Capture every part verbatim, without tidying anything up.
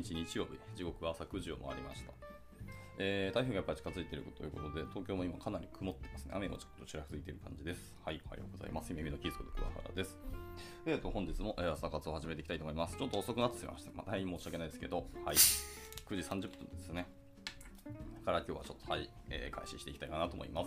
にち日曜日、時刻は朝くじを回りました。えー、台風がやっぱり近づいているということで、東京も今かなり曇ってますね。雨もちょっとちらついている感じです。はい、おはようございます。耳のキースこと桑原です。えーと、本日も朝活を始めていきたいと思います。ちょっと遅くなってしまいました。まあ、大変申し訳ないですけど、はい、くじさんじゅっぷんですね。から今日はちょっと、はい、えー、開始していきたいかなと思います。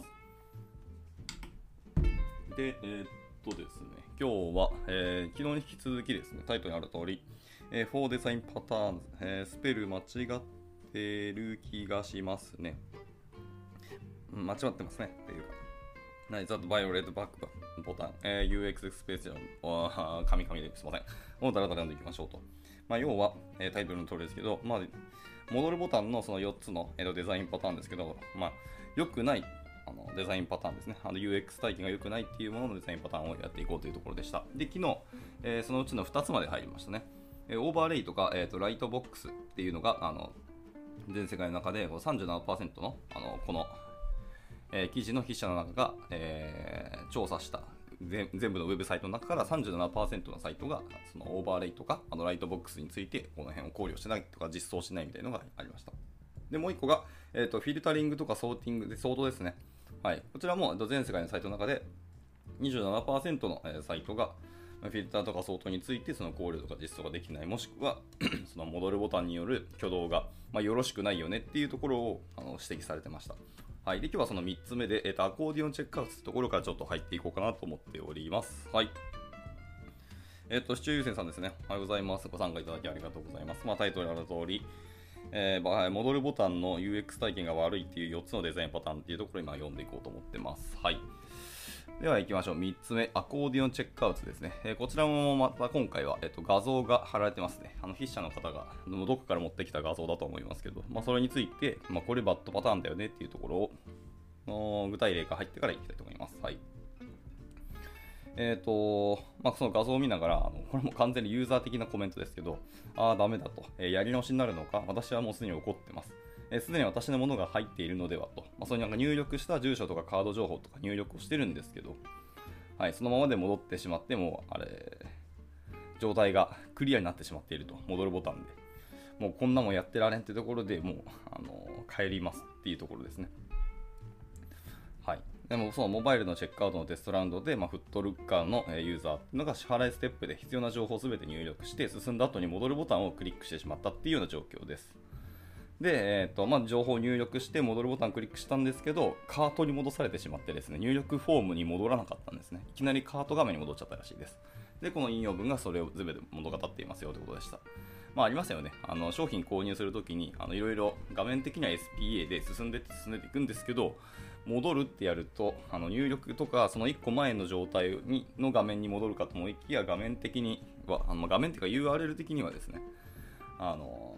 で、えー、っとですね、今日は、えー、昨日に引き続きですね、タイトルにある通り、えー、フォー デザインパターン、えー、スペル間違ってる気がしますね。間違ってますね。っていうか。ナイザードバイオレットバックボタン、えー、ユーエックス エクスプレッション、神々ですいません。をダラダラ読んでいきましょうと。まあ、要は、えー、タイトルの通りですけど、まあ、戻るボタンのそのよっつの、えー、デザインパターンですけど、まあ、良くないあのデザインパターンですね。あの ユーエックス 体験が良くないっていうもののデザインパターンをやっていこうというところでした。で、昨日、えー、そのうちのふたつまで入りましたね。えー、オーバーレイとか、えーと、ライトボックスっていうのが、あの全世界の中で さんじゅうななパーセント の、あのこの、えー、記事の筆者の中が、えー、調査した全部のウェブサイトの中から さんじゅうななパーセント のサイトがそのオーバーレイとかあのライトボックスについてこの辺を考慮してないとか実装しないみたいなのがありました。で、もういっこが、えーと、フィルタリングとかソーティングでソートですね。はい、こちらも全世界のサイトの中で にじゅうななパーセント のサイトがフィルターとかソートについてその考慮とか実装ができない、もしくはその戻るボタンによる挙動が、まあ、よろしくないよねっていうところをあの指摘されてました。はい、で今日はそのみっつめで、えーと、アコーディオンチェックアウトというところからちょっと入っていこうかなと思っております。はい。えっ、ー、と、視聴優先さんですね。おはようございます。ご参加いただきありがとうございます。まあ、タイトルにある通り、えー、戻るボタンの ユーエックス 体験が悪いっていうよっつのデザインパターンっていうところを今読んでいこうと思ってます。はい。では行きましょう。みっつめ、アコーディオンチェックアウトですね。えー、こちらもまた今回は、えー、と画像が貼られてますね。あの筆者の方がどこから持ってきた画像だと思いますけど、まあ、それについて、まあ、これバッドパターンだよねっていうところを具体例が入ってからいきたいと思います。はい。えっ、ー、と、まあ、その画像を見ながら、あのこれも完全にユーザー的なコメントですけど、ああ、ダメだと、えー、やり直しになるのか、私はもうすでに怒ってます。す、えー、で、に私のものが入っているのではと、まあ、それになんか入力した住所とかカード情報とか入力をしてるんですけど、はい、そのままで戻ってしまっても、あれ、状態がクリアになってしまっていると、戻るボタンで。もうこんなもんやってられんってところでもう、あのー、帰りますっていうところですね。はい。でもそのモバイルのチェックアウトのテストラウンドで、まあ、フットルッカーのユーザーっていうのが支払いステップで必要な情報をすべて入力して進んだ後に戻るボタンをクリックしてしまったっていうような状況です。で、えーとまあ、情報を入力して戻るボタンをクリックしたんですけど、カートに戻されてしまってですね、入力フォームに戻らなかったんですね。いきなりカート画面に戻っちゃったらしいです。で、この引用文がそれを全て物語っていますよということでした。まあ、ありますよね。あの商品購入するときにいろいろ画面的には エスピーエー で進んで進んでいくんですけど、戻るってやるとあの入力とかそのいっこまえの状態にの画面に戻るかと思いきや、画面的にはあの画面というか ユーアールエル 的にはですね、あの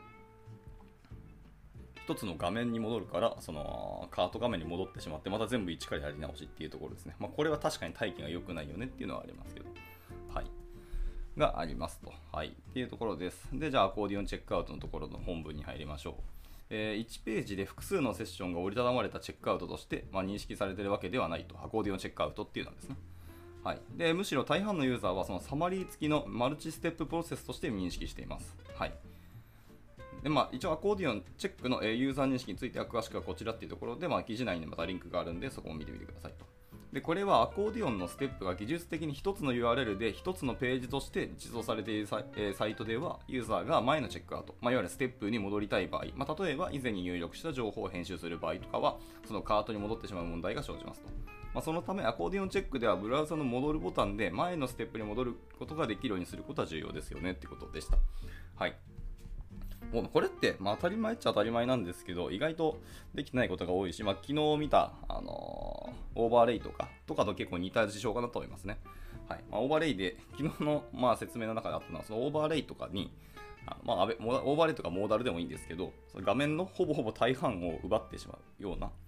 一つの画面に戻るからそのカート画面に戻ってしまってまた全部一からやり直しっていうところですね。まあ、これは確かに体験が良くないよねっていうのはありますけど、はいがありますと、はいっていうところです。で、じゃあアコーディオンチェックアウトのところの本文に入りましょう。えー、いちページで複数のセッションが折りたたまれたチェックアウトとして、まあ、認識されているわけではないと、アコーディオンチェックアウトっていうのはですね。はい、でむしろ大半のユーザーはそのサマリー付きのマルチステッププロセスとして認識しています。はい。でまあ、一応アコーディオンチェックのユーザー認識については詳しくはこちらっていうところで、まあ、記事内にまたリンクがあるんでそこも見てみてくださいと。でこれはアコーディオンのステップが技術的にひとつの ユーアールエル でひとつのページとして実装されているサイ、えー、サイトではユーザーが前のチェックアウト、まあ、いわゆるステップに戻りたい場合、まあ、例えば以前に入力した情報を編集する場合とかはそのカートに戻ってしまう問題が生じますと。まあ、そのためアコーディオンチェックではブラウザの戻るボタンで前のステップに戻ることができるようにすることは重要ですよねってことでした。はい。もうこれって、まあ、当たり前っちゃ当たり前なんですけど意外とできてないことが多いし、まあ、昨日見た、あのー、オーバーレイとかとかと結構似た事象かなと思いますね。はいまあ、オーバーレイで昨日の、まあ、説明の中であったのはそのオーバーレイとかにあ、まあ、オーバーレイとかモーダルでもいいんですけどその画面のほぼほぼ大半を奪ってしまうような、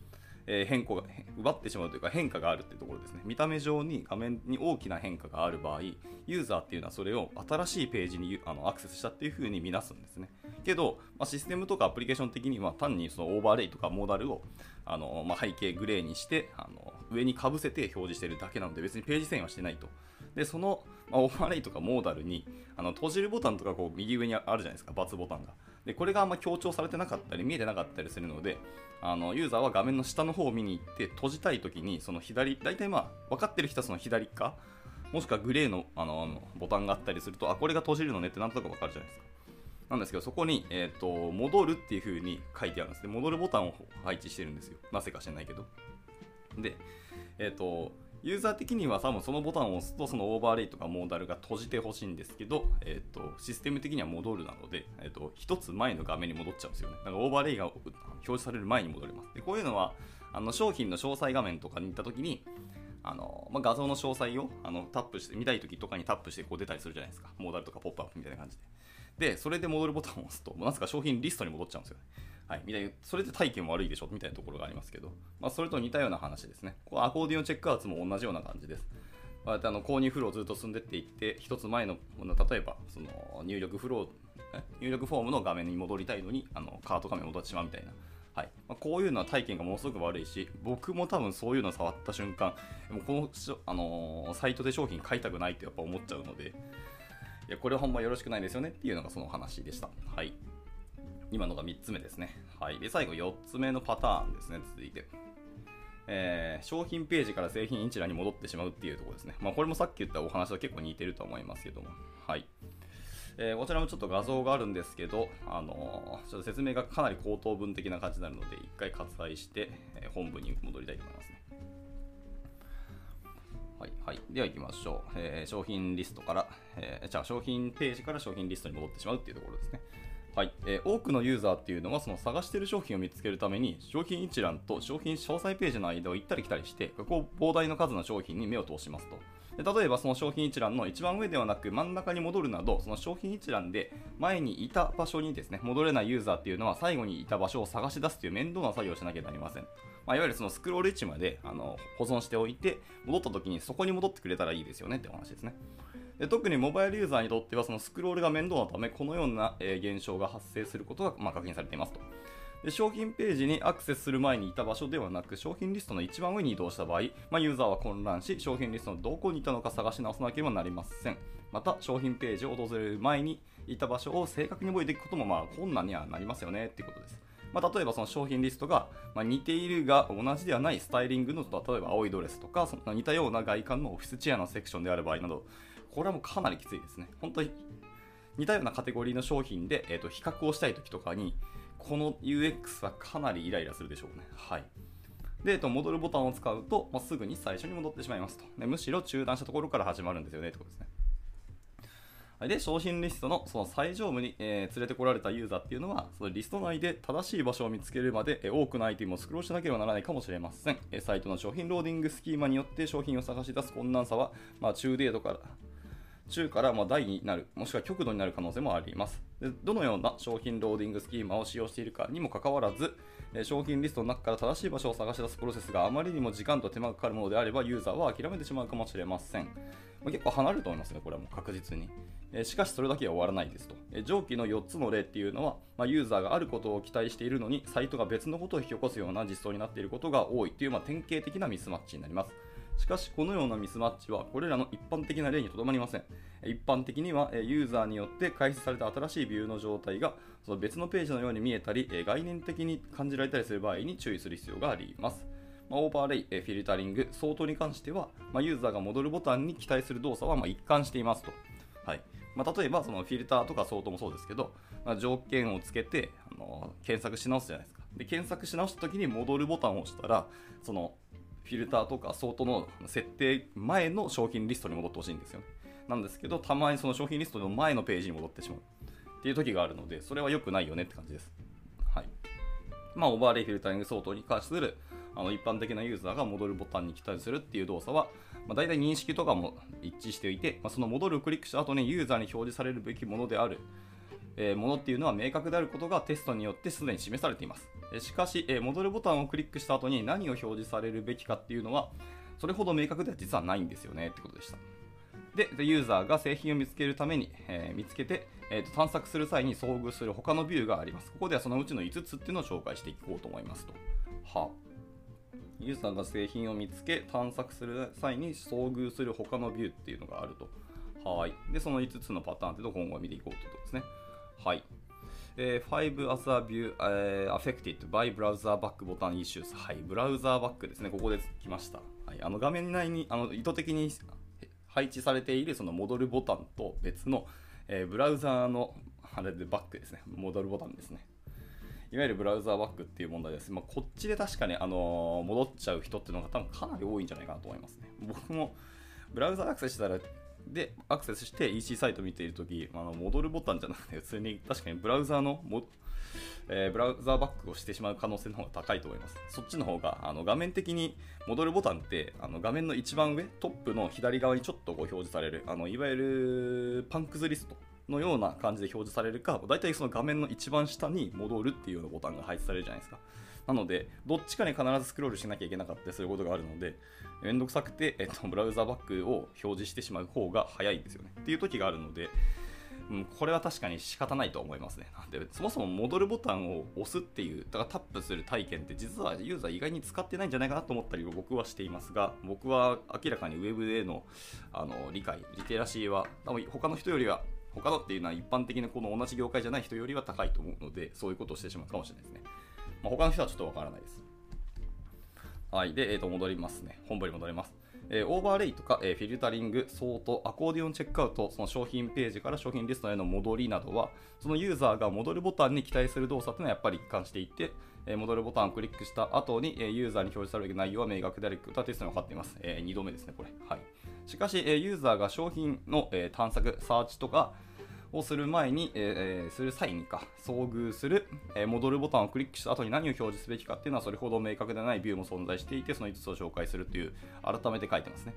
えー、変更が奪ってしまうというか変化があるっていうところですね。見た目上に画面に大きな変化がある場合、ユーザーっていうのはそれを新しいページにあのアクセスしたっていう風に見なすんですね。けど、まあ、システムとかアプリケーション的には単にそのオーバーレイとかモーダルをあの、まあ、背景グレーにしてあの上にかぶせて表示しているだけなので別にページ遷移はしてないと。でその、まあ、オーバーレイとかモーダルにあの閉じるボタンとかこう右上にあるじゃないですか、×ボタンが。でこれがあんま強調されてなかったり見えてなかったりするので、あのユーザーは画面の下の方を見に行って閉じたいときにその左、大体まあ分かってる人はその左かもしくはグレーの、あのあのボタンがあったりすると、あこれが閉じるのねってなんとなく分かるじゃないですか。なんですけどそこに、えー、と戻るっていう風に書いてあるんですね。戻るボタンを配置してるんですよ。なぜか知らないけど。で、えっ、ー、とユーザー的には多分そのボタンを押すとそのオーバーレイとかモーダルが閉じてほしいんですけど、えー、とシステム的には戻るなので、えー、と一つ前の画面に戻っちゃうんですよね。だからオーバーレイが表示される前に戻ります。でこういうのはあの商品の詳細画面とかに行った時にあの、まあ、画像の詳細をあのタップして見たい時とかにタップしてこう出たりするじゃないですか。モーダルとかポップアップみたいな感じで。でそれで戻るボタンを押すとなぜか商品リストに戻っちゃうんですよね。はい、みたいなそれで体験悪いでしょみたいなところがありますけど、まあ、それと似たような話ですね。こうアコーディオンチェックアウトも同じような感じです。まあ、あの購入フローをずっと進んでっていって一つ前の例えばその入力フロー入力フォームの画面に戻りたいのにあのカート画面に戻ってしまうみたいな、はいまあ、こういうのは体験がものすごく悪いし、僕も多分そういうのを触った瞬間もうこの、あのー、サイトで商品買いたくないってやっぱ思っちゃうので、いやこれはほんまよろしくないですよねっていうのがその話でした。はい、今のがみっつめですね。はい、で最後よっつめのパターンですね。続いて、えー、商品ページから製品一覧に戻ってしまうっていうところですね。まあ、これもさっき言ったお話と結構似てると思いますけども、はい、えー、こちらもちょっと画像があるんですけど、あのー、ちょっと説明がかなり口頭文的な感じになるので一回割愛して、えー、本文に戻りたいと思いますね。はいはい、では行きましょう。えー、商品リストから、えー、じゃあ商品ページから商品リストに戻ってしまうっていうところですね。はいえー、多くのユーザーっていうのはその探している商品を見つけるために商品一覧と商品詳細ページの間を行ったり来たりしてこう膨大な数の商品に目を通しますと。で例えばその商品一覧の一番上ではなく真ん中に戻るなど、その商品一覧で前にいた場所にですね戻れないユーザーっていうのは最後にいた場所を探し出すという面倒な作業をしなければなりません。まあ、いわゆるそのスクロール位置まであの保存しておいて戻った時にそこに戻ってくれたらいいですよねってお話ですね。で特にモバイルユーザーにとってはそのスクロールが面倒なためこのような、えー、現象が発生することが、まあ、確認されていますと。で商品ページにアクセスする前にいた場所ではなく商品リストの一番上に移動した場合、まあ、ユーザーは混乱し商品リストのどこにいたのか探し直さなければなりません。また商品ページを訪れる前にいた場所を正確に覚えていくこともまあ困難にはなりますよねっていうことです。まあ、例えばその商品リストが似ているが同じではないスタイリングの例えば青いドレスとかその似たような外観のオフィスチェアのセクションである場合など、これはもうかなりきついですね。本当に似たようなカテゴリーの商品で、えー、と比較をしたいときとかにこの ユーエックス はかなりイライラするでしょうね。はい。で、えー、と戻るボタンを使うと、まあ、すぐに最初に戻ってしまいますと。でむしろ中断したところから始まるんですよねってことですね。で商品リストのその最上部に、えー、連れてこられたユーザーっていうのはそのリスト内で正しい場所を見つけるまで、えー、多くのアイテムをスクロールしなければならないかもしれません。えー、サイトの商品ローディングスキーマによって商品を探し出す困難さは、まあ、中程度から中からまあ大になるもしくは極度になる可能性もあります。でどのような商品ローディングスキーマを使用しているかにもかかわらず、えー、商品リストの中から正しい場所を探し出すプロセスがあまりにも時間と手間がかかるものであればユーザーは諦めてしまうかもしれません。まあ、結構離れると思いますね、これはもう確実に。えー、しかしそれだけは終わらないですと。えー、上記のよっつの例っていうのは、まあ、ユーザーがあることを期待しているのにサイトが別のことを引き起こすような実装になっていることが多いという、まあ、典型的なミスマッチになります。しかしこのようなミスマッチはこれらの一般的な例にとどまりません。一般的にはユーザーによって開始された新しいビューの状態がその別のページのように見えたり概念的に感じられたりする場合に注意する必要があります。まあ、オーバーレイ、フィルタリング、相当に関しては、まあ、ユーザーが戻るボタンに期待する動作はまあ一貫していますと。はいまあ、例えばそのフィルターとか相当もそうですけど、まあ、条件をつけてあの検索し直すじゃないですか。で検索し直した時に戻るボタンを押したらそのフィルターとか相当の設定前の商品リストに戻ってほしいんですよね。なんですけどたまにその商品リストの前のページに戻ってしまうっていう時があるので、それは良くないよねって感じです。はいまあ、オーバーレイフィルタリング相当に関するあの一般的なユーザーが戻るボタンに期待するっていう動作は、まあ、大体認識とかも一致していて、まあ、その戻るをクリックした後にユーザーに表示されるべきものであるえーものっていうのは明確であることがテストによってすでに示されています。えーしかし、えー戻るボタンをクリックした後に何を表示されるべきかっていうのはそれほど明確では実はないんですよねってことでした。で、ユーザーが製品を見つけるために、えー見つけて、えーと探索する際に遭遇する他のビューがあります。ここではそのうちのいつつっていうのを紹介していこうと思いますと。はユーザーが製品を見つけ探索する際に遭遇する他のビューっていうのがあると。はい。で、そのいつつのパターンっていうのを今後は見ていこうということですね。はい。えー、five other view、えー affected by browser back button issues。はい。ブラウザーバックですね。ここで来ました。はい。あの画面内にあの意図的に配置されているその戻るボタンと別の、えーブラウザーのあれでバックですね。戻るボタンですね。いわゆるブラウザーバックっていう問題です。まあ、こっちで確かに、あのー戻っちゃう人っていうのが多分かなり多いんじゃないかなと思いますね。僕もブラウザーアクセスしたらでアクセスして イーシー サイト見ているとき、あの戻るボタンじゃなくて普通に確かにブラウザーのも、えーブラウザーバックをしてしまう可能性の方が高いと思います。そっちの方があの画面的に戻るボタンってあの画面の一番上トップの左側にちょっとこう表示されるあのいわゆるパンクズリストのような感じで表示されるか、だいたいその画面の一番下に戻るっていうようなボタンが配置されるじゃないですか。なので、どっちかに必ずスクロールしなきゃいけなかったりすることがあるので、めんどくさくて、えっと、ブラウザバックを表示してしまう方が早いんですよね。っていう時があるので、うん、これは確かに仕方ないと思いますね。なんで、そもそも戻るボタンを押すっていう、だからタップする体験って実はユーザー意外に使ってないんじゃないかなと思ったり僕はしていますが、僕は明らかにウェブでの、あの理解、リテラシーは多分他の人よりは他のっていうのは一般的なこの同じ業界じゃない人よりは高いと思うので、そういうことをしてしまうかもしれないですね。まあ、他の人はちょっとわからないです。はい。で、えー、と戻りますね。本部に戻ります。えーオーバーレイとか、えーフィルタリング、ソート、アコーディオンチェックアウト、その商品ページから商品リストへの戻りなどは、そのユーザーが戻るボタンに期待する動作というのはやっぱり一貫していて、えー戻るボタンをクリックした後に、えーユーザーに表示される内容は明確であることはテストに分かっています。えーにどめですね、これ。はい。しかし、えーユーザーが商品の、えー探索、サーチとか、をする前に、えー、する際にか遭遇する、えー戻るボタンをクリックした後に何を表示すべきかっていうのはそれほど明確でないビューも存在していて、そのいつつを紹介するという改めて書いてますね。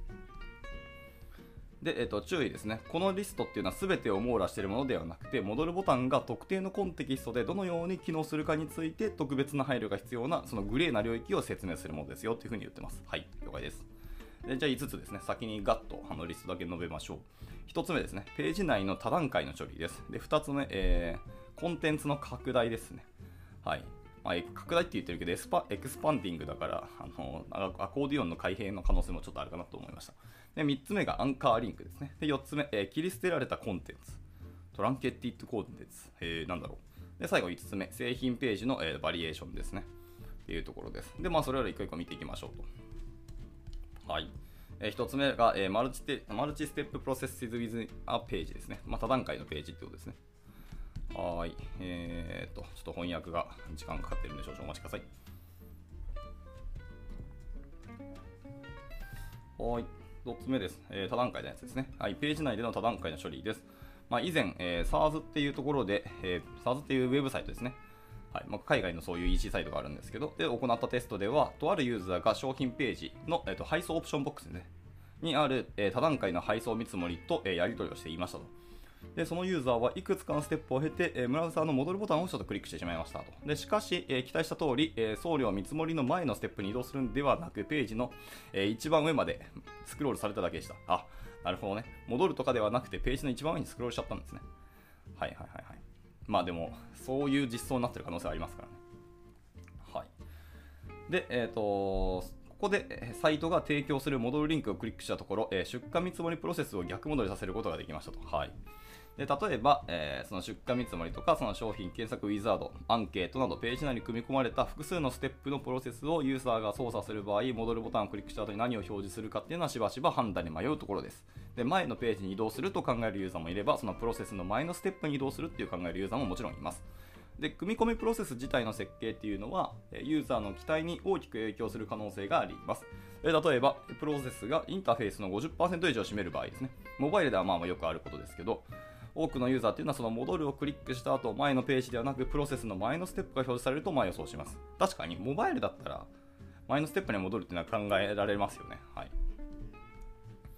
で、えー、と注意ですね。このリストっていうのは全てを網羅しているものではなくて、戻るボタンが特定のコンテキストでどのように機能するかについて特別な配慮が必要なそのグレーな領域を説明するものですよというふうに言ってます。はい、了解です。でじゃあいつつですね。先にガッとあのリストだけ述べましょう。ひとつめですね。ページ内の多段階の処理です。でふたつめ、えー、コンテンツの拡大ですね。はい。まあ、拡大って言ってるけどエスパ、エクスパンディングだからあのアコーディオンの開閉の可能性もちょっとあるかなと思いました。でみっつめがアンカーリンクですね。でよっつめ、えー、切り捨てられたコンテンツ。トランケッティッドコンテンツ。えー、なんだろう。で最後いつつめ、製品ページの、えー、バリエーションですね。っていうところです。で、まあ、それら一個一個見ていきましょうと。はい。えー、ひとつめが、えー、マルチテマルチステッププロセス with a page ですね。まあ、多段階のページってことですね。はい。えー、と、ちょっと翻訳が時間かかってるんで少々お待ちください。はい。ひとつめです、えー。多段階のやつですね。はい。ページ内での多段階の処理です。まあ、以前、えー、SARS っていうところで、えー、SARS っていうウェブサイトですね。はいまあ、海外のそういう イーシー サイトがあるんですけど、で行ったテストでは、とあるユーザーが商品ページの、えー、と配送オプションボックス、ね、にある、えー、多段階の配送見積もりと、えー、やり取りをしていましたと。でそのユーザーはいくつかのステップを経て、えー、ブラウザーの戻るボタンをちょっとクリックしてしまいましたと。でしかし、えー、期待した通り、えー、送料見積もりの前のステップに移動するんではなく、ページの、えー、一番上までスクロールされただけでした。あ、なるほどね。戻るとかではなくて、ページの一番上にスクロールしちゃったんですね。はいはいはいはい。まあでも、そういう実装になっている可能性はありますからね。はい。で、えっと、ここでサイトが提供する戻るリンクをクリックしたところ、えー、出荷見積もりプロセスを逆戻りさせることができましたと。はい。で例えば、えー、その出荷見積もりとかその商品検索ウィザード、アンケートなどページ内に組み込まれた複数のステップのプロセスをユーザーが操作する場合、戻るボタンをクリックした後に何を表示するかっていうのはしばしば判断に迷うところです。で前のページに移動すると考えるユーザーもいれば、そのプロセスの前のステップに移動するっていう考えるユーザーももちろんいます。で組み込みプロセス自体の設計っていうのはユーザーの期待に大きく影響する可能性があります。例えばプロセスがインターフェースの ごじゅっパーセント 以上を占める場合ですね。モバイルではまあまあよくあることですけど、多くのユーザーっていうのはその戻るをクリックした後、前のページではなくプロセスの前のステップが表示されるとまあ予想します。確かにモバイルだったら前のステップに戻るっていうのは考えられますよね。はい。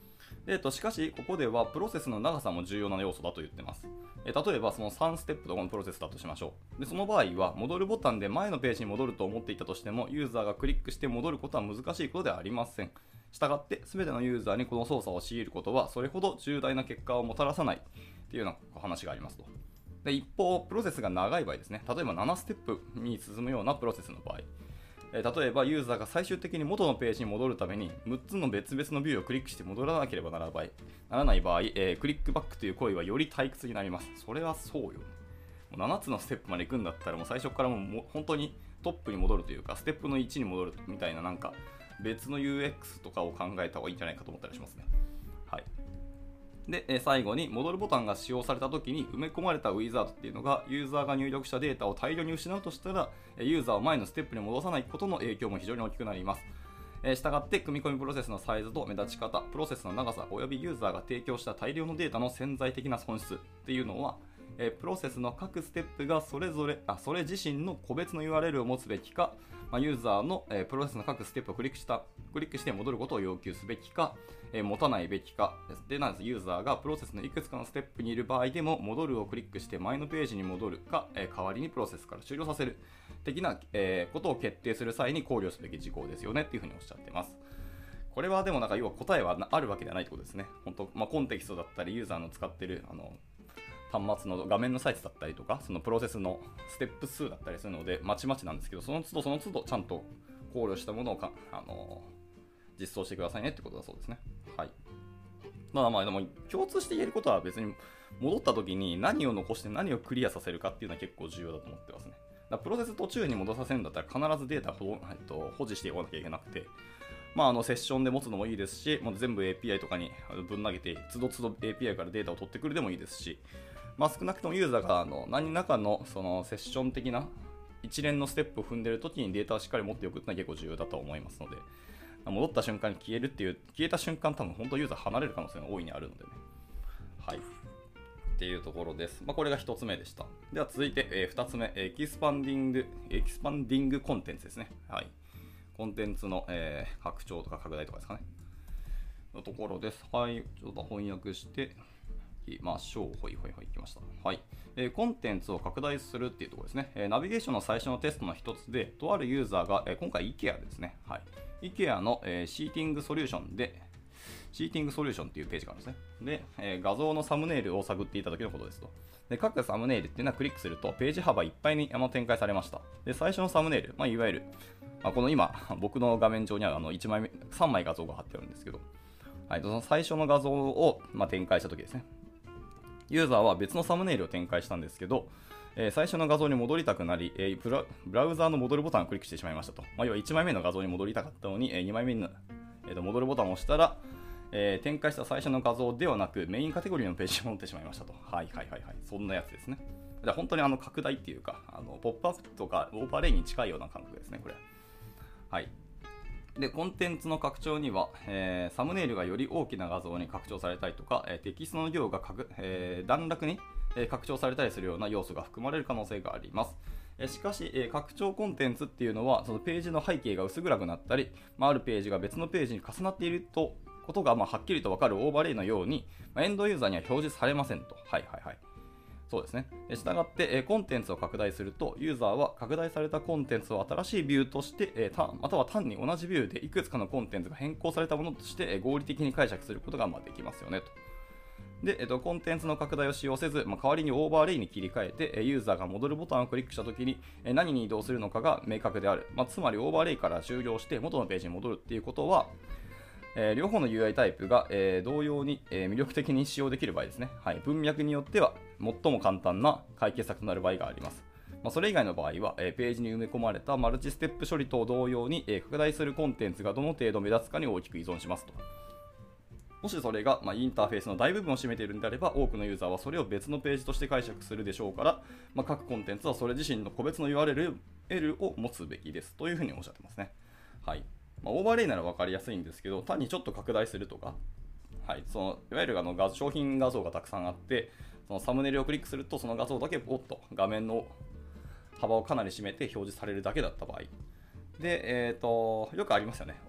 でえっと、しかし、ここではプロセスの長さも重要な要素だと言ってます。え例えば、そのさんステップのこのプロセスだとしましょう。でその場合は、戻るボタンで前のページに戻ると思っていたとしても、ユーザーがクリックして戻ることは難しいことではありません。したがって、すべてのユーザーにこの操作を強いることは、それほど重大な結果をもたらさないというような話がありますと。で一方、プロセスが長い場合ですね、例えばななステップに進むようなプロセスの場合、例えばユーザーが最終的に元のページに戻るためにむっつの別々のビューをクリックして戻らなければならない場合、えー、クリックバックという行為はより退屈になります。それはそうよ。もうななつのステップまで行くんだったらもう最初からもうもう本当にトップに戻るというかステップのいちに戻るみたいななんか別の ユーエックス とかを考えた方がいいんじゃないかと思ったりしますね。はい。で、最後に戻るボタンが使用されたときに埋め込まれたウィザードっていうのがユーザーが入力したデータを大量に失うとしたらユーザーを前のステップに戻さないことの影響も非常に大きくなります。したがって組み込みプロセスのサイズと目立ち方、プロセスの長さおよびユーザーが提供した大量のデータの潜在的な損失っていうのはプロセスの各ステップがそれぞれあそれ自身の個別の ユーアールエル を持つべきか、ユーザーのプロセスの各ステップをクリックしたクリックして戻ることを要求すべきか、持たないべきかで、なぜユーザーがプロセスのいくつかのステップにいる場合でも戻るをクリックして前のページに戻るか、代わりにプロセスから終了させる的なことを決定する際に考慮すべき事項ですよねっていうふうにおっしゃっています。これはでもなんか要は答えはあるわけではないということですね。本当、まあ、コンテキストだったりユーザーの使っているあの端末の画面のサイズだったりとかそのプロセスのステップ数だったりするのでまちまちなんですけど、その都度その都度ちゃんと考慮したものをか、あのー、実装してくださいねってことだそうですね。はい。まあまあでも共通して言えることは別に戻った時に何を残して何をクリアさせるかっていうのは結構重要だと思ってますね。だプロセス途中に戻させるんだったら必ずデータを、えっと、保持しておかなきゃいけなくて、まあ、あのセッションで持つのもいいですし、もう全部 エーピーアイ とかにぶん投げて都度都度 エーピーアイ からデータを取ってくるでもいいですし、まあ、少なくともユーザーがあの何らかのそのセッション的な一連のステップを踏んでいるときにデータをしっかり持っておくというのは結構重要だと思いますので、戻った瞬間に消えるっていう、消えた瞬間多分本当ユーザー離れる可能性が大いにあるのでね。はい。っていうところです。まあ、これがひとつめでした。では続いて、えー、ふたつめ、エキスパンディング、エキスパンディングコンテンツですね。はい。コンテンツの、えー、拡張とか拡大とかですかね。のところです。はい。ちょっと翻訳していきましょう。ほいほいほい、いきました。はい。えー、コンテンツを拡大するっていうところですね。えー、ナビゲーションの最初のテストの一つで、とあるユーザーが、えー、今回 IKEA ですね。はい。IKEA の、えー、シーティングソリューションで、シーティングソリューションっていうページがあるんですね。で、えー、画像のサムネイルを探っていた時のことですと。で、各サムネイルっていうのはクリックすると、ページ幅いっぱいに展開されました。で、最初のサムネイル、まあ、いわゆる、まあ、この今、僕の画面上にはあのいちまいめ、さんまい画像が貼ってあるんですけど、はい、その最初の画像を、まあ、展開した時ですね。ユーザーは別のサムネイルを展開したんですけど、えー、最初の画像に戻りたくなり、えーブラ、ブラウザーの戻るボタンをクリックしてしまいましたと。まあ、要はいちまいめの画像に戻りたかったのに、えー、にまいめの、えー、と戻るボタンを押したら、えー、展開した最初の画像ではなくメインカテゴリーのページに戻ってしまいましたと。はいはいはいはい。そんなやつですね。だ本当にあの拡大っていうか、あのポップアップとかオーバーレイに近いような感覚ですね、これ。はい。で、コンテンツの拡張には、えー、サムネイルがより大きな画像に拡張されたりとか、えー、テキストの量が拡、えー、段落に、えー、拡張されたりするような要素が含まれる可能性があります。えー、しかし、えー、拡張コンテンツっていうのは、そのページの背景が薄暗くなったり、まあ、あるページが別のページに重なっているとことが、まあ、はっきりと分かるオーバーレイのように、まあ、エンドユーザーには表示されませんと。はいはいはい。そうですね。したがって、コンテンツを拡大すると、ユーザーは拡大されたコンテンツを新しいビューとして、または単に同じビューでいくつかのコンテンツが変更されたものとして合理的に解釈することができますよねと。で、えっと、コンテンツの拡大を使用せず、まあ、代わりにオーバーレイに切り替えて、ユーザーが戻るボタンをクリックしたときに何に移動するのかが明確である。まあ、つまりオーバーレイから終了して元のページに戻るっていうことは、えー、両方の ユーアイ タイプが、えー、同様に、えー、魅力的に使用できる場合ですね。はい、文脈によっては最も簡単な解決策となる場合があります。まあ、それ以外の場合は、えー、ページに埋め込まれたマルチステップ処理と同様に、えー、拡大するコンテンツがどの程度目立つかに大きく依存しますと。もしそれが、まあ、インターフェースの大部分を占めているのであれば、多くのユーザーはそれを別のページとして解釈するでしょうから、まあ、各コンテンツはそれ自身の個別の ユーアールエル を持つべきですというふうにおっしゃってますね。はい。まあ、オーバーレイなら分かりやすいんですけど、単にちょっと拡大するとか、はい、そのいわゆるあの画商品画像がたくさんあって、そのサムネイルをクリックすると、その画像だけポッと画面の幅をかなり占めて表示されるだけだった場合。で、えーと、よくありますよね。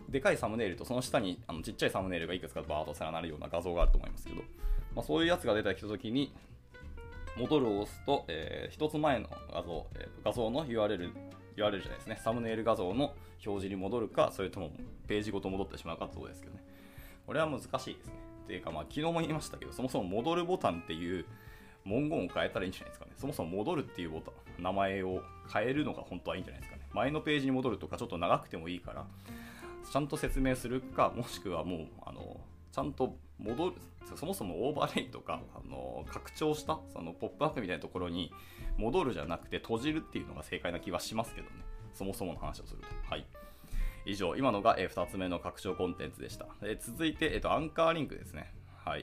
でかいサムネイルとその下にあのちっちゃいサムネイルがいくつかバーッと連なるような画像があると思いますけど、まあ、そういうやつが出てきたときに戻るを押すと、えー、一つ前の画像、えー、画像の ユーアールエル、ユーアールエル じゃないですね、サムネイル画像の表示に戻るか、それともページごと戻ってしまうかってことですけどね。これは難しいですね。っていうか、まあ、昨日も言いましたけど、そもそも戻るボタンっていう文言を変えたらいいんじゃないですかね。そもそも戻るっていうボタン、名前を変えるのが本当はいいんじゃないですかね。前のページに戻るとかちょっと長くてもいいから、ちゃんと説明するか、もしくはもう、あの、ちゃんと戻る、そもそもオーバーレイとか、あの、拡張したそのポップアップみたいなところに戻るじゃなくて閉じるっていうのが正解な気はしますけどね。そもそもの話をすると。はい。以上、今のがふたつめの拡張コンテンツでした。え続いて、えっと、アンカーリンクですね。はい。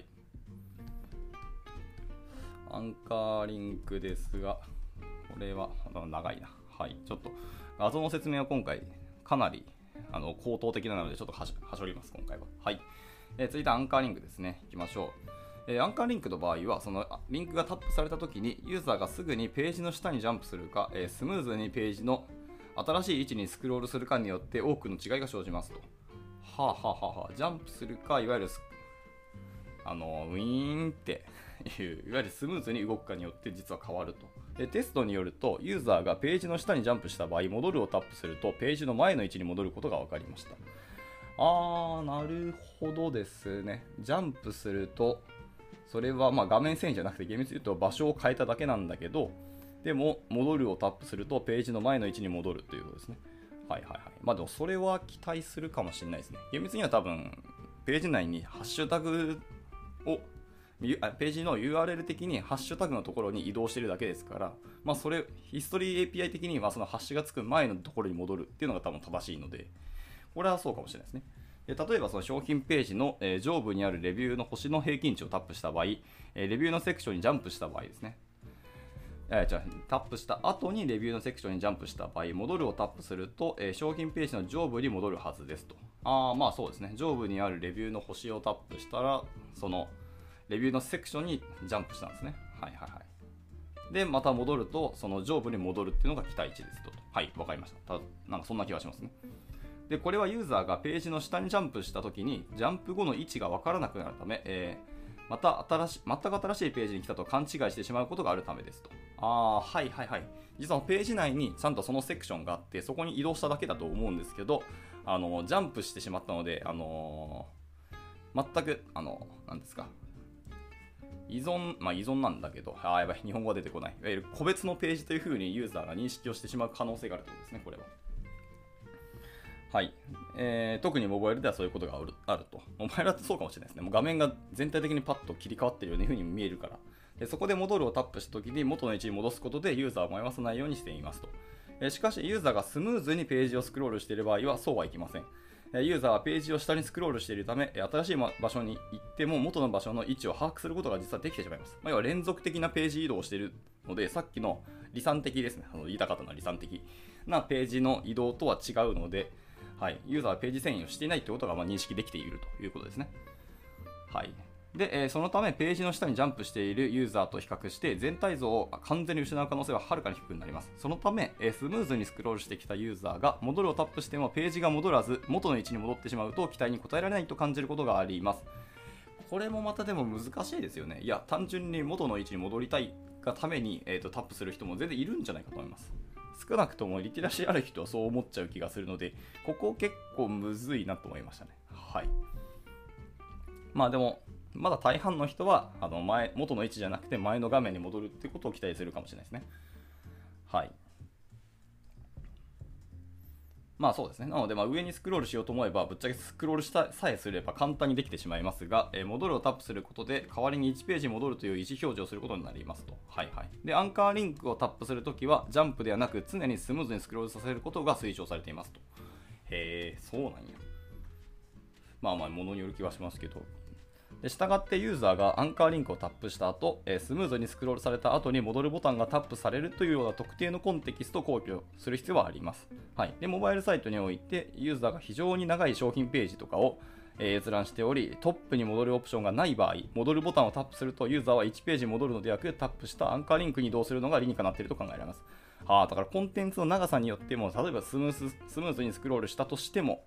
アンカーリンクですが、これは長いな。はい。ちょっと画像の説明は今回かなりあの口頭的なのでちょっとはしはしょります、今回は。はい。えー、続いてアンカーリンクですね。いきましょう。えー、アンカーリンクの場合は、そのリンクがタップされたときにユーザーがすぐにページの下にジャンプするか、えー、スムーズにページの新しい位置にスクロールするかによって多くの違いが生じますと。はあ、はあはあはあ、ジャンプするか、いわゆるあのウィーンっていういわゆるスムーズに動くかによって実は変わると。でテストによると、ユーザーがページの下にジャンプした場合、戻るをタップするとページの前の位置に戻ることが分かりました。あー、なるほどですね。ジャンプすると、それはまあ画面遷移じゃなくて厳密に言うと場所を変えただけなんだけど、でも戻るをタップするとページの前の位置に戻るということですね。はいはいはい。まあでもそれは期待するかもしれないですね。厳密には多分ページ内にハッシュタグをページの ユーアールエル 的にハッシュタグのところに移動しているだけですから、まあ、それヒストリー エーピーアイ 的にはそのハッシュがつく前のところに戻るっていうのが多分正しいので、これはそうかもしれないですね。で例えばその商品ページの、えー、上部にあるレビューの星の平均値をタップした場合、えー、レビューのセクションにジャンプした場合ですね。えー、じゃあタップした後にレビューのセクションにジャンプした場合、戻るをタップすると、えー、商品ページの上部に戻るはずですと。ああ、まあそうですね。上部にあるレビューの星をタップしたら、そのレビューのセクションにジャンプしたんですね。はいはいはい。で、また戻ると、その上部に戻るっていうのが期待値ですと。はい、わかりました。たなんかそんな気がしますね。で、これはユーザーがページの下にジャンプしたときに、ジャンプ後の位置がわからなくなるため、えー、また新し全く新しいページに来たと勘違いしてしまうことがあるためですと。あー、はいはいはい。実はページ内にちゃんとそのセクションがあって、そこに移動しただけだと思うんですけど、あのジャンプしてしまったので、あのー、全く、あの、なんですか。依存、まあ依存なんだけど、あーやばい、日本語が出てこない。いわゆる個別のページという風にユーザーが認識をしてしまう可能性があるということですね、これは。はい、えー、特にモバイルではそういうことがある、あると。モバイルだとそうかもしれないですね。もう画面が全体的にパッと切り替わっているような風に見えるから。でそこで戻るをタップしたときに元の位置に戻すことでユーザーを迷わさないようにしていますと。えー、しかし、ユーザーがスムーズにページをスクロールしている場合はそうはいきません。ユーザーはページを下にスクロールしているため、新しい場所に行っても元の場所の位置を把握することが実はできてしまいます。まあ、要は連続的なページ移動をしているので、さっきの離散的ですね、あの言いたかったのは離散的なページの移動とは違うので、はい、ユーザーはページ遷移をしていないということがまあ認識できているということですね。はい。で、えー、そのためページの下にジャンプしているユーザーと比較して全体像を完全に失う可能性ははるかに低くなります。そのため、えー、スムーズにスクロールしてきたユーザーが戻るをタップしてもページが戻らず元の位置に戻ってしまうと期待に応えられないと感じることがあります。これもまたでも難しいですよね。いや、単純に元の位置に戻りたいがために、えーと、タップする人も全然いるんじゃないかと思います。少なくともリテラシーある人はそう思っちゃう気がするので、ここ結構むずいなと思いましたね。はい。まあでも、まだ大半の人はあの前元の位置じゃなくて前の画面に戻るってことを期待するかもしれないですね。はい。まあそうですね。なのでまあ上にスクロールしようと思えばぶっちゃけスクロールしたさえすれば簡単にできてしまいますが、えー、戻るをタップすることで代わりにいちページに戻るという意思表示をすることになりますと。はいはい。で、アンカーリンクをタップするときはジャンプではなく常にスムーズにスクロールさせることが推奨されていますと。へえ、そうなんや。まあまあ物による気はしますけど。で従ってユーザーがアンカーリンクをタップした後、えー、スムーズにスクロールされた後に戻るボタンがタップされるというような特定のコンテキストを考慮する必要はあります。はい、でモバイルサイトにおいてユーザーが非常に長い商品ページとかを、えー、閲覧しておりトップに戻るオプションがない場合、戻るボタンをタップするとユーザーはいちページに戻るのではなくタップしたアンカーリンクに移動するのが理にかなっていると考えられます。はあ、だからコンテンツの長さによっても例えばスムーススムーズにスクロールしたとしても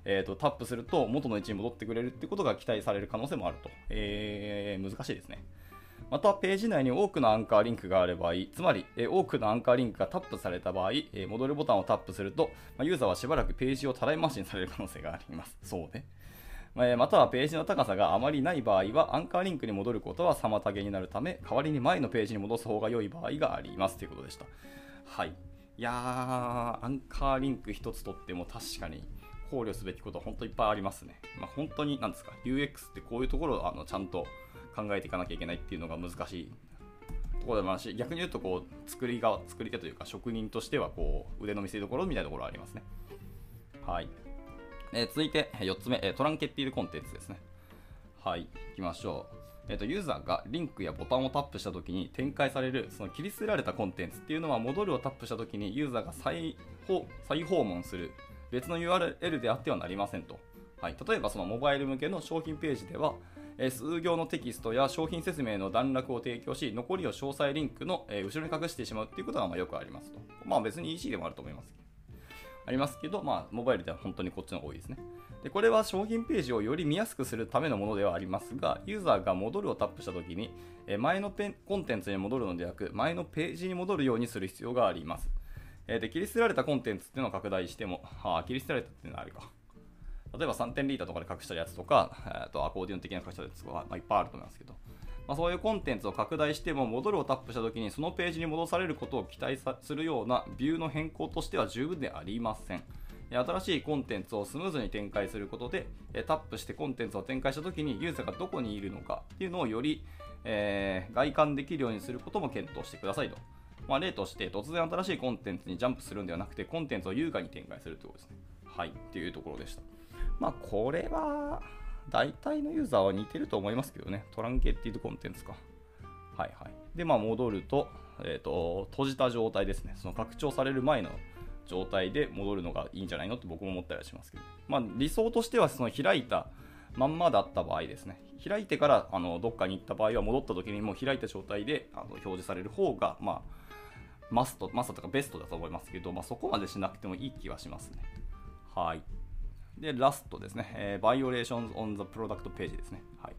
えー、とタップすると元の位置に戻ってくれるってことが期待される可能性もあると、えー、難しいですね。またページ内に多くのアンカーリンクがある場合、つまり、えー、多くのアンカーリンクがタップされた場合、えー、戻るボタンをタップすると、まあ、ユーザーはしばらくページをたらい回しにされる可能性があります。そうね。またはページの高さがあまりない場合はアンカーリンクに戻ることは妨げになるため、代わりに前のページに戻す方が良い場合がありますということでした。はい。いやー、アンカーリンク一つとっても確かに考慮すべきことは本当にいっぱいありますね。まあ、本当に何ですか、 ユーエックス ってこういうところをあのちゃんと考えていかなきゃいけないっていうのが難しいところでもあるし、逆に言うとこう作りが作り手というか職人としてはこう腕の見せ所みたいなところがありますね。はい。えー、続いてよっつめ、トランケッティールコンテンツですね。はい、行きましょう。えーと、ユーザーがリンクやボタンをタップしたときに展開されるその切り捨てられたコンテンツっていうのは、戻るをタップしたときにユーザーが 再, 再訪問する別の ユーアールエル であってはなりませんと。はい、例えばそのモバイル向けの商品ページでは、えー、数行のテキストや商品説明の段落を提供し、残りを詳細リンクの、えー、後ろに隠してしまうっていうことがまあよくありますと。まあ別に イーシー でもあると思いますけど。ありますけど、まあ、モバイルでは本当にこっちの方が多いですね。で、これは商品ページをより見やすくするためのものではありますが、ユーザーが戻るをタップしたときに、前のペンコンテンツに戻るのではなく、前のページに戻るようにする必要があります。で、切り捨てられたコンテンツっていうのを拡大しても、はあ、切り捨てられたっていうのはあるか。例えばさんてんリーダーとかで隠したやつとか、えー、とアコーディオン的な隠したやつとか、まあ、いっぱいあると思いますけど、まあ、そういうコンテンツを拡大しても戻るをタップしたときにそのページに戻されることを期待するようなビューの変更としては十分でありません。新しいコンテンツをスムーズに展開することで、タップしてコンテンツを展開したときにユーザーがどこにいるのかっていうのをより、えー、外観できるようにすることも検討してくださいと。まあ、例として突然新しいコンテンツにジャンプするんではなくて、コンテンツを優雅に展開するということですね。はい、っていうところでした。まあこれは大体のユーザーは似てると思いますけどね。トランケッティードコンテンツか。はいはい。で、まあ戻ると、えっと、閉じた状態ですね。その拡張される前の状態で戻るのがいいんじゃないのって僕も思ったりはしますけど、まあ、理想としてはその開いたまんまだった場合ですね、開いてからあのどっかに行った場合は戻った時にもう開いた状態であの表示される方が、まあ、マスト、マストとかベストだと思いますけど、まあ、そこまでしなくてもいい気はしますね。はい。で、ラストですね、えー、Violations on the Product Page ですね。はい。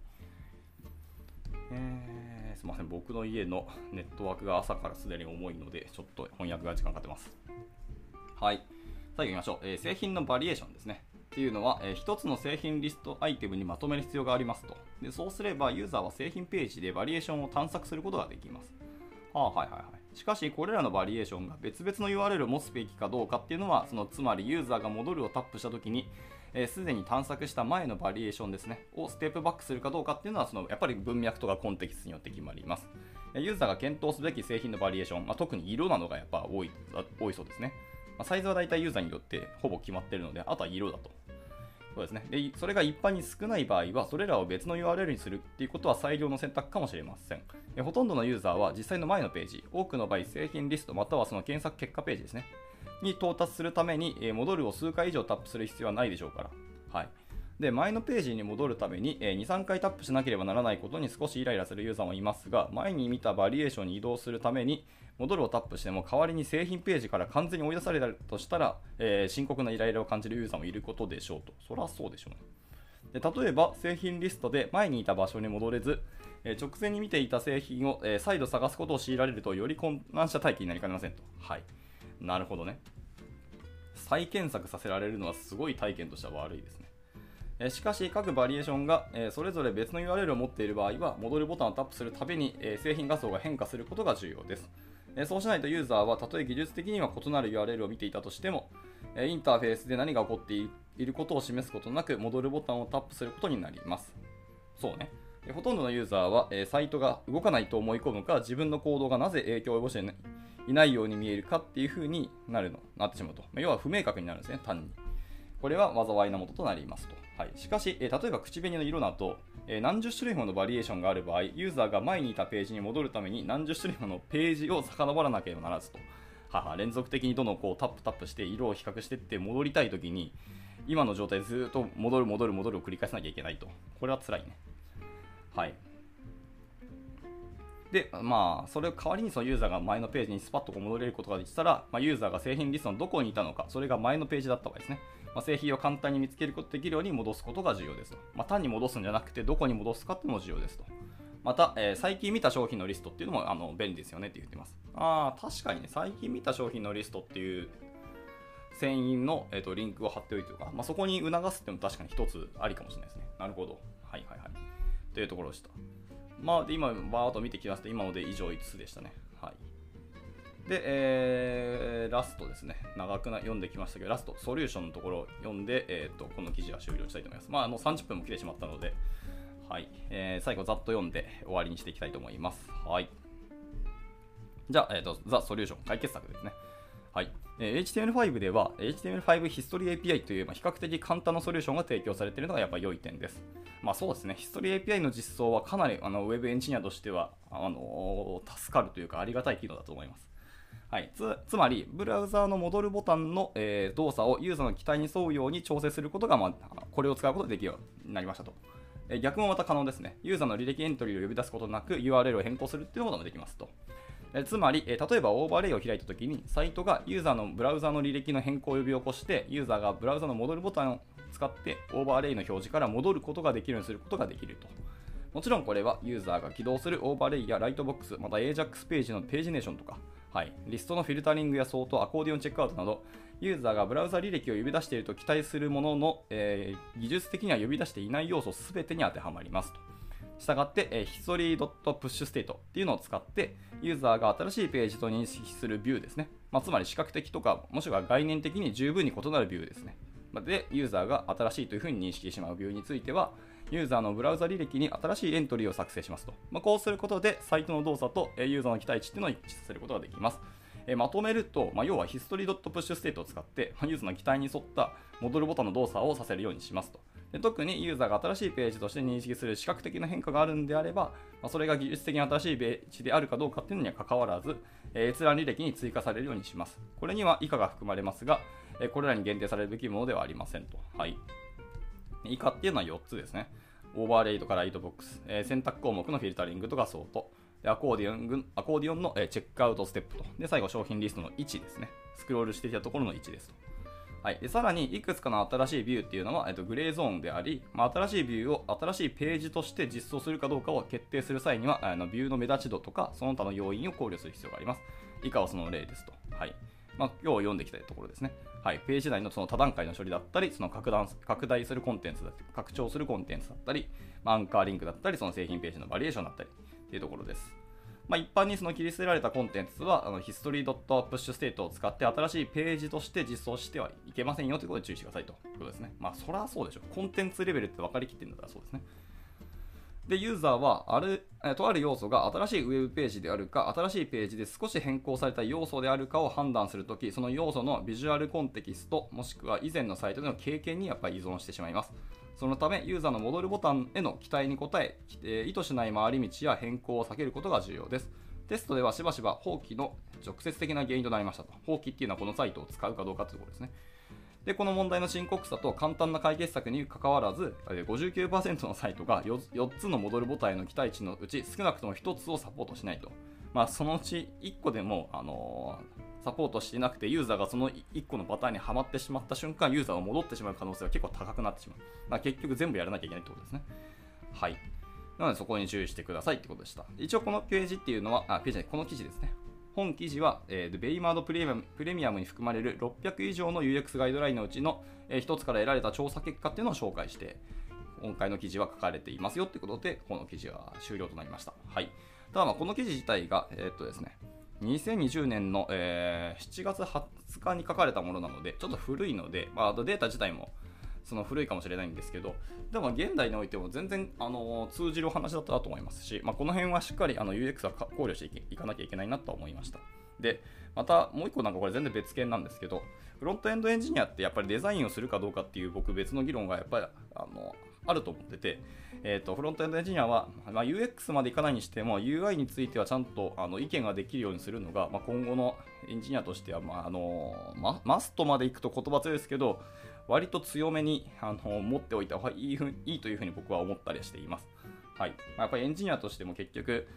えー、すみません、僕の家のネットワークが朝からすでに重いので、ちょっと翻訳が時間かかってます。はい。最後行きましょう。えー、製品のバリエーションですね。っていうのは、えー、一つの製品リストアイテムにまとめる必要がありますと。で、そうすればユーザーは製品ページでバリエーションを探索することができます。はあ、はいはいはい。しかし、これらのバリエーションが別々の ユーアールエル を持つべきかどうかっていうのは、そのつまりユーザーが戻るをタップしたときに、す、えー、で、に探索した前のバリエーションですね、をステップバックするかどうかっていうのは、そのやっぱり文脈とかコンテキストによって決まります。ユーザーが検討すべき製品のバリエーション、まあ、特に色なのがやっぱ多い、多いそうですね。まあ、サイズはだいたいユーザーによってほぼ決まっているので、あとは色だと。そうですね。で、それが一般に少ない場合は、それらを別の ユーアールエル にするっていうことは最良の選択かもしれません。えほとんどのユーザーは実際の前のページ、多くの場合製品リストまたはその検索結果ページですね、に到達するために、え戻るを数回以上タップする必要はないでしょうから。はい。で、前のページに戻るために、えに、さんかいタップしなければならないことに少しイライラするユーザーもいますが、前に見たバリエーションに移動するために、戻るをタップしても代わりに製品ページから完全に追い出されたとしたら、えー、深刻なイライラを感じるユーザーもいることでしょうと。そりゃそうでしょうね。で、例えば製品リストで前にいた場所に戻れず、えー、直前に見ていた製品を、えー、再度探すことを強いられるとより混乱した体験になりかねませんと。はい。なるほどね。再検索させられるのはすごい体験としては悪いですね。えー、しかし各バリエーションが、えー、それぞれ別の ユーアールエル を持っている場合は、戻るボタンをタップするたびに、えー、製品画像が変化することが重要です。えー、そうしないとユーザーはたとえ技術的には異なる ユーアールエル を見ていたとしても、えー、インターフェースで何が起こっていることを示すことなく戻るボタンをタップすることになります。そうね。ほとんどのユーザーは、えー、サイトが動かないと思い込むか、自分の行動がなぜ影響を及ぼしていないように見えるかっていう風になるのなってしまうと。要は不明確になるんですね、単に。これは災いのもととなりますと。はい、しかし、えー、例えば口紅の色だと、えー、何十種類ものバリエーションがある場合、ユーザーが前にいたページに戻るために何十種類ものページを遡らなければならずと。はは連続的にどのこうタップタップして色を比較していって戻りたいときに、今の状態でずっと戻る戻る戻るを繰り返さなきゃいけないと。これは辛いね。はい。 で、まあ、それを代わりにそのユーザーが前のページにスパッとこう戻れることができたら、まあ、ユーザーが製品リストのどこにいたのか、それが前のページだった場合ですね。まあ、製品を簡単に見つけることができるように戻すことが重要ですと。まあ、単に戻すんじゃなくて、どこに戻すかっていうのも重要ですと。また、えー、最近見た商品のリストっていうのもあの便利ですよねって言ってます。ああ、確かにね、最近見た商品のリストっていう船員の、えー、とリンクを貼っておいてとか、まあ、そこに促すっていうのも確かに一つありかもしれないですね。なるほど。はいはいはい。というところでした。まあ、で今、バーっと見てきまして、今ので以上いつつでしたね。はい。で、えー、ラストですね。長くな読んできましたけど、ラスト、ソリューションのところを読んで、えー、とこの記事は終了したいと思います。まあ、あのさんじゅっぷんも来てしまったので、はい、えー、最後ざっと読んで終わりにしていきたいと思います。はい。じゃあ、えーと、ザ・ソリューション解決策ですね。はい。えー、エイチティーエムエルファイブ では エイチティーエムエルファイブ ヒストリー エーピーアイ という、まあ、比較的簡単なソリューションが提供されているのがやっぱり良い点です。まあそうですね、ヒストリー エーピーアイ の実装はかなりあのウェブエンジニアとしてはあのー、助かるというかありがたい機能だと思います。はい、つ, つまり、ブラウザーの戻るボタンの、えー、動作をユーザーの期待に沿うように調整することが、まあ、これを使うことができるようになりましたと。えー、逆もまた可能ですね。ユーザーの履歴エントリーを呼び出すことなく ユーアールエル を変更するということもできますと。えつまり、え例えばオーバーレイを開いたときに、サイトがユーザーのブラウザの履歴の変更を呼び起こして、ユーザーがブラウザの戻るボタンを使ってオーバーレイの表示から戻ることができるようにすることができると。もちろんこれはユーザーが起動するオーバーレイやライトボックス、また エージャックス ページのページネーションとか、はい、リストのフィルタリングやソート、アコーディオンチェックアウトなど、ユーザーがブラウザ履歴を呼び出していると期待するものの、えー、技術的には呼び出していない要素すべてに当てはまりますと。したがって、えー、history.pushState っていうのを使って、ユーザーが新しいページと認識するビューですね。まあ、つまり視覚的とか、もしくは概念的に十分に異なるビューですね。で、ユーザーが新しいというふうに認識してしまうビューについては、ユーザーのブラウザ履歴に新しいエントリーを作成しますと。まあ、こうすることで、サイトの動作とユーザーの期待値っていうのを一致させることができます。えー、まとめると、まあ、要は history.pushState を使って、ユーザーの期待に沿った戻るボタンの動作をさせるようにしますと。で特にユーザーが新しいページとして認識する視覚的な変化があるんであれば、まあ、それが技術的に新しいページであるかどうかっていうのには関わらず、えー、閲覧履歴に追加されるようにします。これには以下が含まれますが、えー、これらに限定されるべきものではありませんと。はい。以下っていうのはよっつですね。オーバーレイとかライトボックス、えー、選択項目のフィルタリングとかソート、アコーディオン、アコーディオンの、えー、チェックアウトステップと。で、最後商品リストの位置ですね。スクロールしてきたところの位置ですと。はい、でさらにいくつかの新しいビューっていうのは、えっと、グレーゾーンであり、まあ、新しいビューを新しいページとして実装するかどうかを決定する際には、あのビューの目立ち度とかその他の要因を考慮する必要があります。以下はその例ですと。はい。まあ、今日読んできたところですね。はい。ページ内のその多段階の処理だったり、その拡大拡大するコンテンツだったり、拡張するコンテンツだったり、まあ、アンカーリンクだったり、その製品ページのバリエーションだったりっていうところです。まあ、一般にその切り捨てられたコンテンツは、あの history.pushState を使って新しいページとして実装してはいけませんよということで注意してくださいということですね。まあ、そりゃそうでしょ。コンテンツレベルって分かりきってるんだったらそうですね。で、ユーザーはある、とある要素が新しいウェブページであるか、新しいページで少し変更された要素であるかを判断するとき、その要素のビジュアルコンテキスト、もしくは以前のサイトでの経験にやっぱり依存してしまいます。そのため、ユーザーの戻るボタンへの期待に応え、意図しない回り道や変更を避けることが重要です。テストではしばしば放棄の直接的な原因となりましたと。放棄っていうのはこのサイトを使うかどうかというところですね。で、この問題の深刻さと簡単な解決策に関わらず、ごじゅうきゅうパーセント のサイトが 4, よっつの戻るボタンへの期待値のうち少なくともひとつをサポートしないと。まあ、そのうちいっこでも、あのー、サポートしていなくて、ユーザーがそのいっこのパターンにはまってしまった瞬間、ユーザーが戻ってしまう可能性は結構高くなってしまう。まあ、結局全部やらなきゃいけないってことですね。はい。なのでそこに注意してくださいってことでした。一応このページっていうのは、あ、ページじゃない、この記事ですね。本記事は、えー、ベイマードプレミアム、プレミアムに含まれるろっぴゃく以上の ユーエックス ガイドラインのうちの、えー、ひとつから得られた調査結果っていうのを紹介して、今回の記事は書かれていますよってことで、この記事は終了となりました。はい。ただまあこの記事自体が、えー、っとですね、にせんにじゅうねんの、えー、しちがつはつかに書かれたものなので、ちょっと古いので、まあ、あとデータ自体もその古いかもしれないんですけど、でも現代においても全然、あのー、通じるお話だったと思いますし、まあ、この辺はしっかりあの ユーエックス は考慮していかなきゃいけないなと思いました。で、またもう一個なんかこれ全然別件なんですけど、フロントエンドエンジニアってやっぱりデザインをするかどうかっていう僕別の議論がやっぱりあのあると思ってて、えーと、フロントエンドエンジニアは、まあ、ユーエックス までいかないにしても ユーアイ についてはちゃんとあの意見ができるようにするのが、まあ、今後のエンジニアとしては、まああのま、マストまでいくと言葉強いですけど、割と強めにあの持っておいた方がいいふいいというふうに僕は思ったりしています。はい。まあ、やっぱりエンジニアとしても結局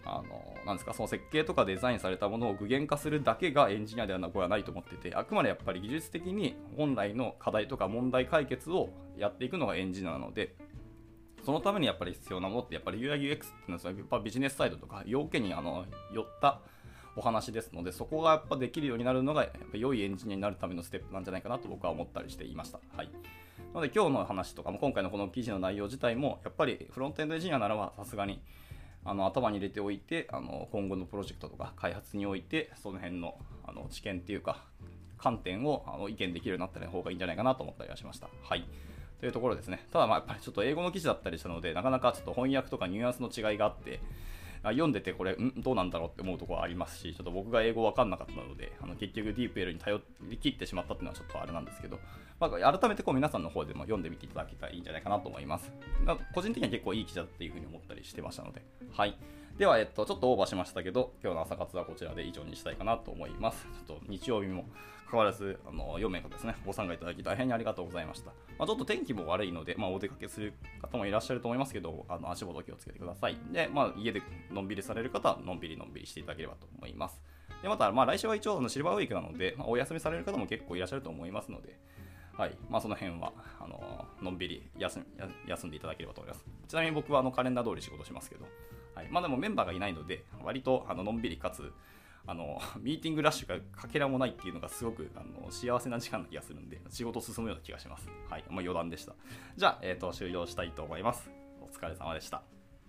あのなんですか、その設計とかデザインされたものを具現化するだけがエンジニアではないと思ってて、あくまでやっぱり技術的に本来の課題とか問題解決をやっていくのがエンジニアなので、そのためにやっぱり必要なものってやっぱり ユーアイユーエックス っていうのはやっぱビジネスサイドとか要件にあの寄ったお話ですので、そこがやっぱできるようになるのがやっぱ良いエンジニアになるためのステップなんじゃないかなと僕は思ったりしていました。はい。なので今日の話とかも今回のこの記事の内容自体もやっぱりフロントエンドエンジニアならばさすがにあの頭に入れておいて、あの今後のプロジェクトとか開発においてその辺のあの知見っていうか観点をあの意見できるようになった方がいいんじゃないかなと思ったりはしました。はい。というところですね。ただまあやっぱりちょっと英語の記事だったりしたので、なかなかちょっと翻訳とかニュアンスの違いがあって、読んでてこれんどうなんだろうって思うところはありますし、ちょっと僕が英語分かんなかったので、あの結局 ディープエル に頼り切ってしまったっていうのはちょっとあれなんですけど、まあ、改めてこう皆さんの方でも読んでみていただけたらいいんじゃないかなと思います。個人的には結構いい記事だっていうふうに思ったりしてましたので、はい。では、えっと、ちょっとオーバーしましたけど、今日の朝活はこちらで以上にしたいかなと思います。ちょっと日曜日も変わらずあのよ名方ですね、ご参加いただき大変にありがとうございました。まあ、ちょっと天気も悪いので、まあ、お出かけする方もいらっしゃると思いますけど、あの足元気をつけてください。で、まあ、家でのんびりされる方はのんびりのんびりしていただければと思います。で、また、まあ、来週は一応あのシルバーウィークなので、まあ、お休みされる方も結構いらっしゃると思いますので、はい、まあ、その辺はあののんびり休ん、休んでいただければと思います。ちなみに僕はあのカレンダー通り仕事しますけど、はい、まあでもメンバーがいないので、割とあののんびりかつ、あのミーティングラッシュがかけらもないっていうのがすごくあの幸せな時間な気がするんで、仕事進むような気がします。はい、まあ、余談でした。じゃあ、えーと、終了したいと思います。お疲れ様でした。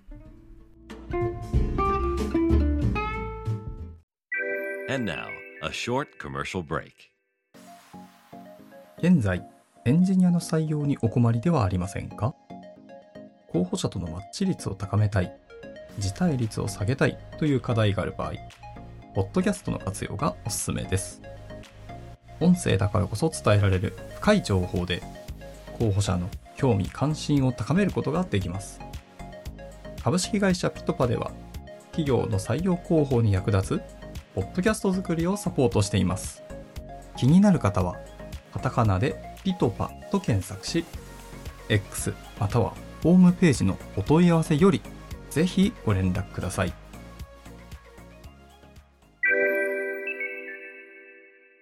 And now, a short commercial break. 現在、エンジニアの採用にお困りではありませんか？候補者とのマッチ率を高めたい、辞退率を下げたいという課題がある場合、ポッドキャストの活用がおすすめです。音声だからこそ伝えられる深い情報で、候補者の興味関心を高めることができます。株式会社ピトパでは、企業の採用広報に役立つポッドキャスト作りをサポートしています。気になる方は、カタカナでピトパと検索し、X またはホームページのお問い合わせよりぜひご連絡ください。